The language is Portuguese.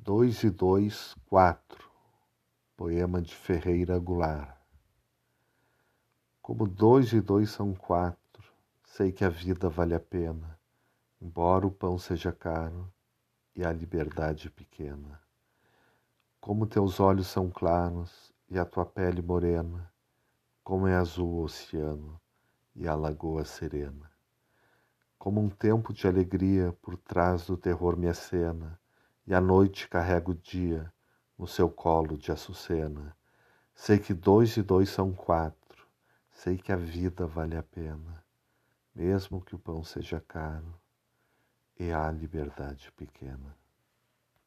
Dois e dois, quatro. Poema de Ferreira Goulart. Como dois e dois são quatro, sei que a vida vale a pena, embora o pão seja caro e a liberdade pequena. Como teus olhos são claros e a tua pele morena, como é azul o oceano e a lagoa serena. Como um tempo de alegria por trás do terror me acena, e à noite carrega o dia no seu colo de açucena. Sei que dois e dois são quatro, sei que a vida vale a pena, mesmo que o pão seja caro e a liberdade pequena.